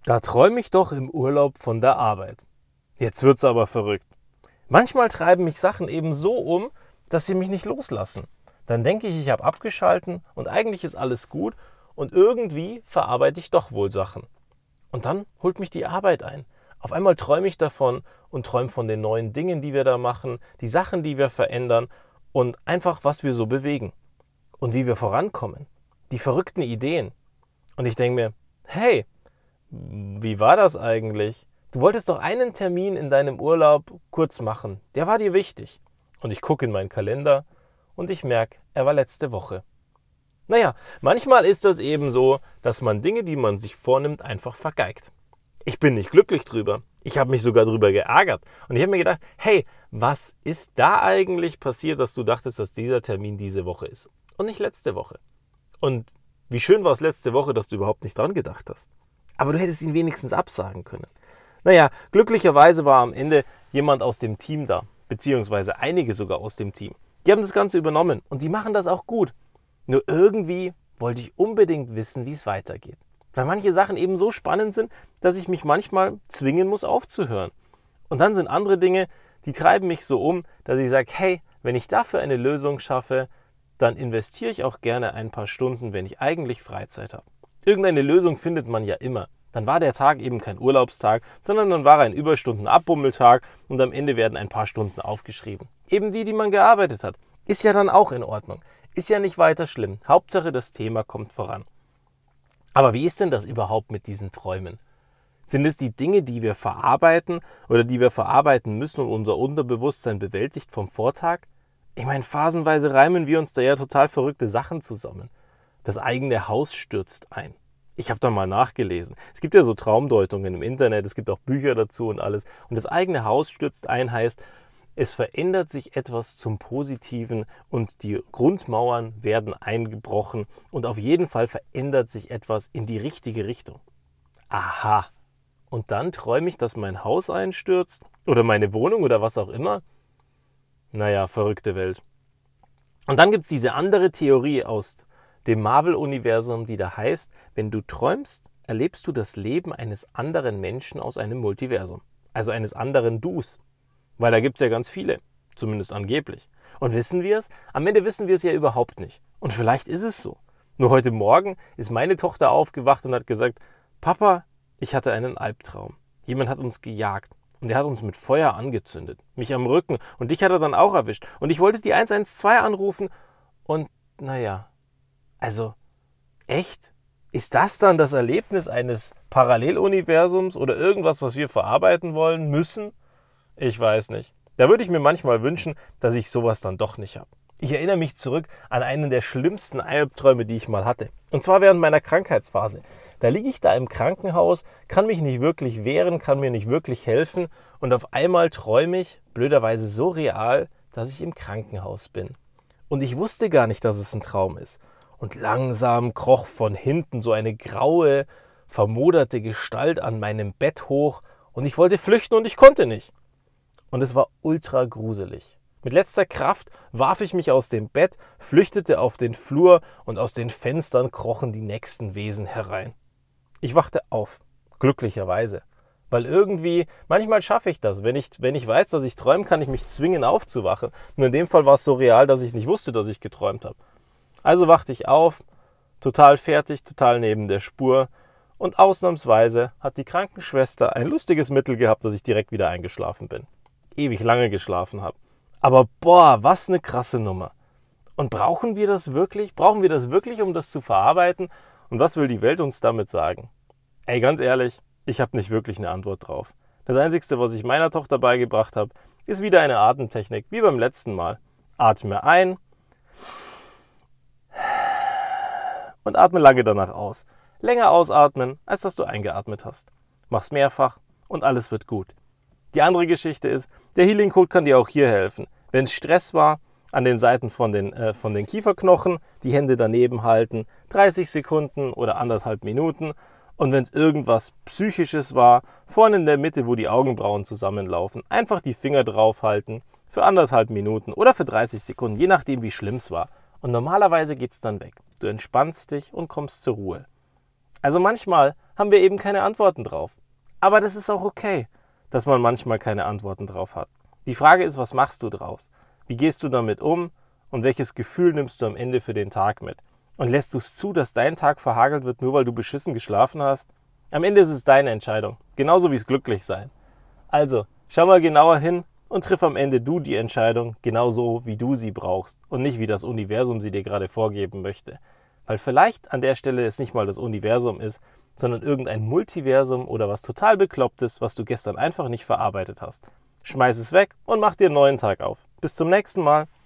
Da träume ich doch im Urlaub von der Arbeit. Jetzt wird's aber verrückt. Manchmal treiben mich Sachen eben so um, dass sie mich nicht loslassen. Dann denke ich habe abgeschalten und eigentlich ist alles gut und irgendwie verarbeite ich doch wohl Sachen. Und dann holt mich die Arbeit ein. Auf einmal träume ich davon und träume von den neuen Dingen, die wir da machen, die Sachen, die wir verändern und einfach, was wir so bewegen und wie wir vorankommen. Die verrückten Ideen. Und ich denke mir, hey, wie war das eigentlich? Du wolltest doch einen Termin in deinem Urlaub kurz machen. Der war dir wichtig. Und ich gucke in meinen Kalender und ich merke, er war letzte Woche. Naja, manchmal ist das eben so, dass man Dinge, die man sich vornimmt, einfach vergeigt. Ich bin nicht glücklich drüber. Ich habe mich sogar drüber geärgert. Und ich habe mir gedacht, hey, was ist da eigentlich passiert, dass du dachtest, dass dieser Termin diese Woche ist und nicht letzte Woche? Und wie schön war es letzte Woche, dass du überhaupt nicht dran gedacht hast. Aber du hättest ihn wenigstens absagen können. Naja, glücklicherweise war am Ende jemand aus dem Team da, beziehungsweise einige sogar aus dem Team. Die haben das Ganze übernommen und die machen das auch gut. Nur irgendwie wollte ich unbedingt wissen, wie es weitergeht. Weil manche Sachen eben so spannend sind, dass ich mich manchmal zwingen muss aufzuhören. Und dann sind andere Dinge, die treiben mich so um, dass ich sage, hey, wenn ich dafür eine Lösung schaffe, dann investiere ich auch gerne ein paar Stunden, wenn ich eigentlich Freizeit habe. Irgendeine Lösung findet man ja immer. Dann war der Tag eben kein Urlaubstag, sondern dann war er ein Überstunden-Abbummeltag und am Ende werden ein paar Stunden aufgeschrieben. Eben die man gearbeitet hat. Ist ja dann auch in Ordnung. Ist ja nicht weiter schlimm. Hauptsache das Thema kommt voran. Aber wie ist denn das überhaupt mit diesen Träumen? Sind es die Dinge, die wir verarbeiten oder die wir verarbeiten müssen und unser Unterbewusstsein bewältigt vom Vortag? Ich meine, phasenweise reimen wir uns da ja total verrückte Sachen zusammen. Das eigene Haus stürzt ein. Ich habe da mal nachgelesen. Es gibt ja so Traumdeutungen im Internet, es gibt auch Bücher dazu und alles. Und das eigene Haus stürzt ein heißt, es verändert sich etwas zum Positiven und die Grundmauern werden eingebrochen und auf jeden Fall verändert sich etwas in die richtige Richtung. Aha. Und dann träume ich, dass mein Haus einstürzt oder meine Wohnung oder was auch immer. Naja, verrückte Welt. Und dann gibt es diese andere Theorie aus dem Marvel-Universum, die da heißt, wenn du träumst, erlebst du das Leben eines anderen Menschen aus einem Multiversum. Also eines anderen Dus. Weil da gibt es ja ganz viele, zumindest angeblich. Und wissen wir es? Am Ende wissen wir es ja überhaupt nicht. Und vielleicht ist es so. Nur heute Morgen ist meine Tochter aufgewacht und hat gesagt, Papa, ich hatte einen Albtraum. Jemand hat uns gejagt. Und er hat uns mit Feuer angezündet. Mich am Rücken. Und dich hat er dann auch erwischt. Und ich wollte die 112 anrufen. Und naja, also echt? Ist das dann das Erlebnis eines Paralleluniversums oder irgendwas, was wir verarbeiten wollen müssen? Ich weiß nicht. Da würde ich mir manchmal wünschen, dass ich sowas dann doch nicht habe. Ich erinnere mich zurück an einen der schlimmsten Albträume, die ich mal hatte. Und zwar während meiner Krankheitsphase. Da liege ich da im Krankenhaus, kann mich nicht wirklich wehren, kann mir nicht wirklich helfen und auf einmal träume ich, blöderweise so real, dass ich im Krankenhaus bin. Und ich wusste gar nicht, dass es ein Traum ist. Und langsam kroch von hinten so eine graue, vermoderte Gestalt an meinem Bett hoch und ich wollte flüchten und ich konnte nicht. Und es war ultra gruselig. Mit letzter Kraft warf ich mich aus dem Bett, flüchtete auf den Flur und aus den Fenstern krochen die nächsten Wesen herein. Ich wachte auf, glücklicherweise. Weil irgendwie, manchmal schaffe ich das. Wenn ich weiß, dass ich träume, kann ich mich zwingen aufzuwachen. Nur in dem Fall war es so real, dass ich nicht wusste, dass ich geträumt habe. Also wachte ich auf, total fertig, total neben der Spur. Und ausnahmsweise hat die Krankenschwester ein lustiges Mittel gehabt, dass ich direkt wieder eingeschlafen bin. Ewig lange geschlafen habe. Aber boah, was eine krasse Nummer. Und brauchen wir das wirklich? Brauchen wir das wirklich, um das zu verarbeiten? Und was will die Welt uns damit sagen? Ey, ganz ehrlich, ich habe nicht wirklich eine Antwort drauf. Das Einzige, was ich meiner Tochter beigebracht habe, ist wieder eine Atemtechnik, wie beim letzten Mal. Atme ein und atme lange danach aus. Länger ausatmen, als dass du eingeatmet hast. Mach's mehrfach und alles wird gut. Die andere Geschichte ist, der Healing Code kann dir auch hier helfen. Wenn es Stress war, an den Seiten von den Kieferknochen, die Hände daneben halten, 30 Sekunden oder 1,5 Minuten. Und wenn es irgendwas Psychisches war, vorne in der Mitte, wo die Augenbrauen zusammenlaufen, einfach die Finger draufhalten für 1,5 Minuten oder für 30 Sekunden, je nachdem wie schlimm es war. Und normalerweise geht es dann weg. Du entspannst dich und kommst zur Ruhe. Also manchmal haben wir eben keine Antworten drauf. Aber das ist auch okay, dass man manchmal keine Antworten drauf hat. Die Frage ist, was machst du draus? Wie gehst du damit um und welches Gefühl nimmst du am Ende für den Tag mit? Und lässt du es zu, dass dein Tag verhagelt wird, nur weil du beschissen geschlafen hast? Am Ende ist es deine Entscheidung, genauso wie es Glücklichsein. Also, schau mal genauer hin und triff am Ende du die Entscheidung, genauso wie du sie brauchst und nicht wie das Universum sie dir gerade vorgeben möchte. Weil vielleicht an der Stelle es nicht mal das Universum ist, sondern irgendein Multiversum oder was total Beklopptes, was du gestern einfach nicht verarbeitet hast. Schmeiß es weg und mach dir einen neuen Tag auf. Bis zum nächsten Mal.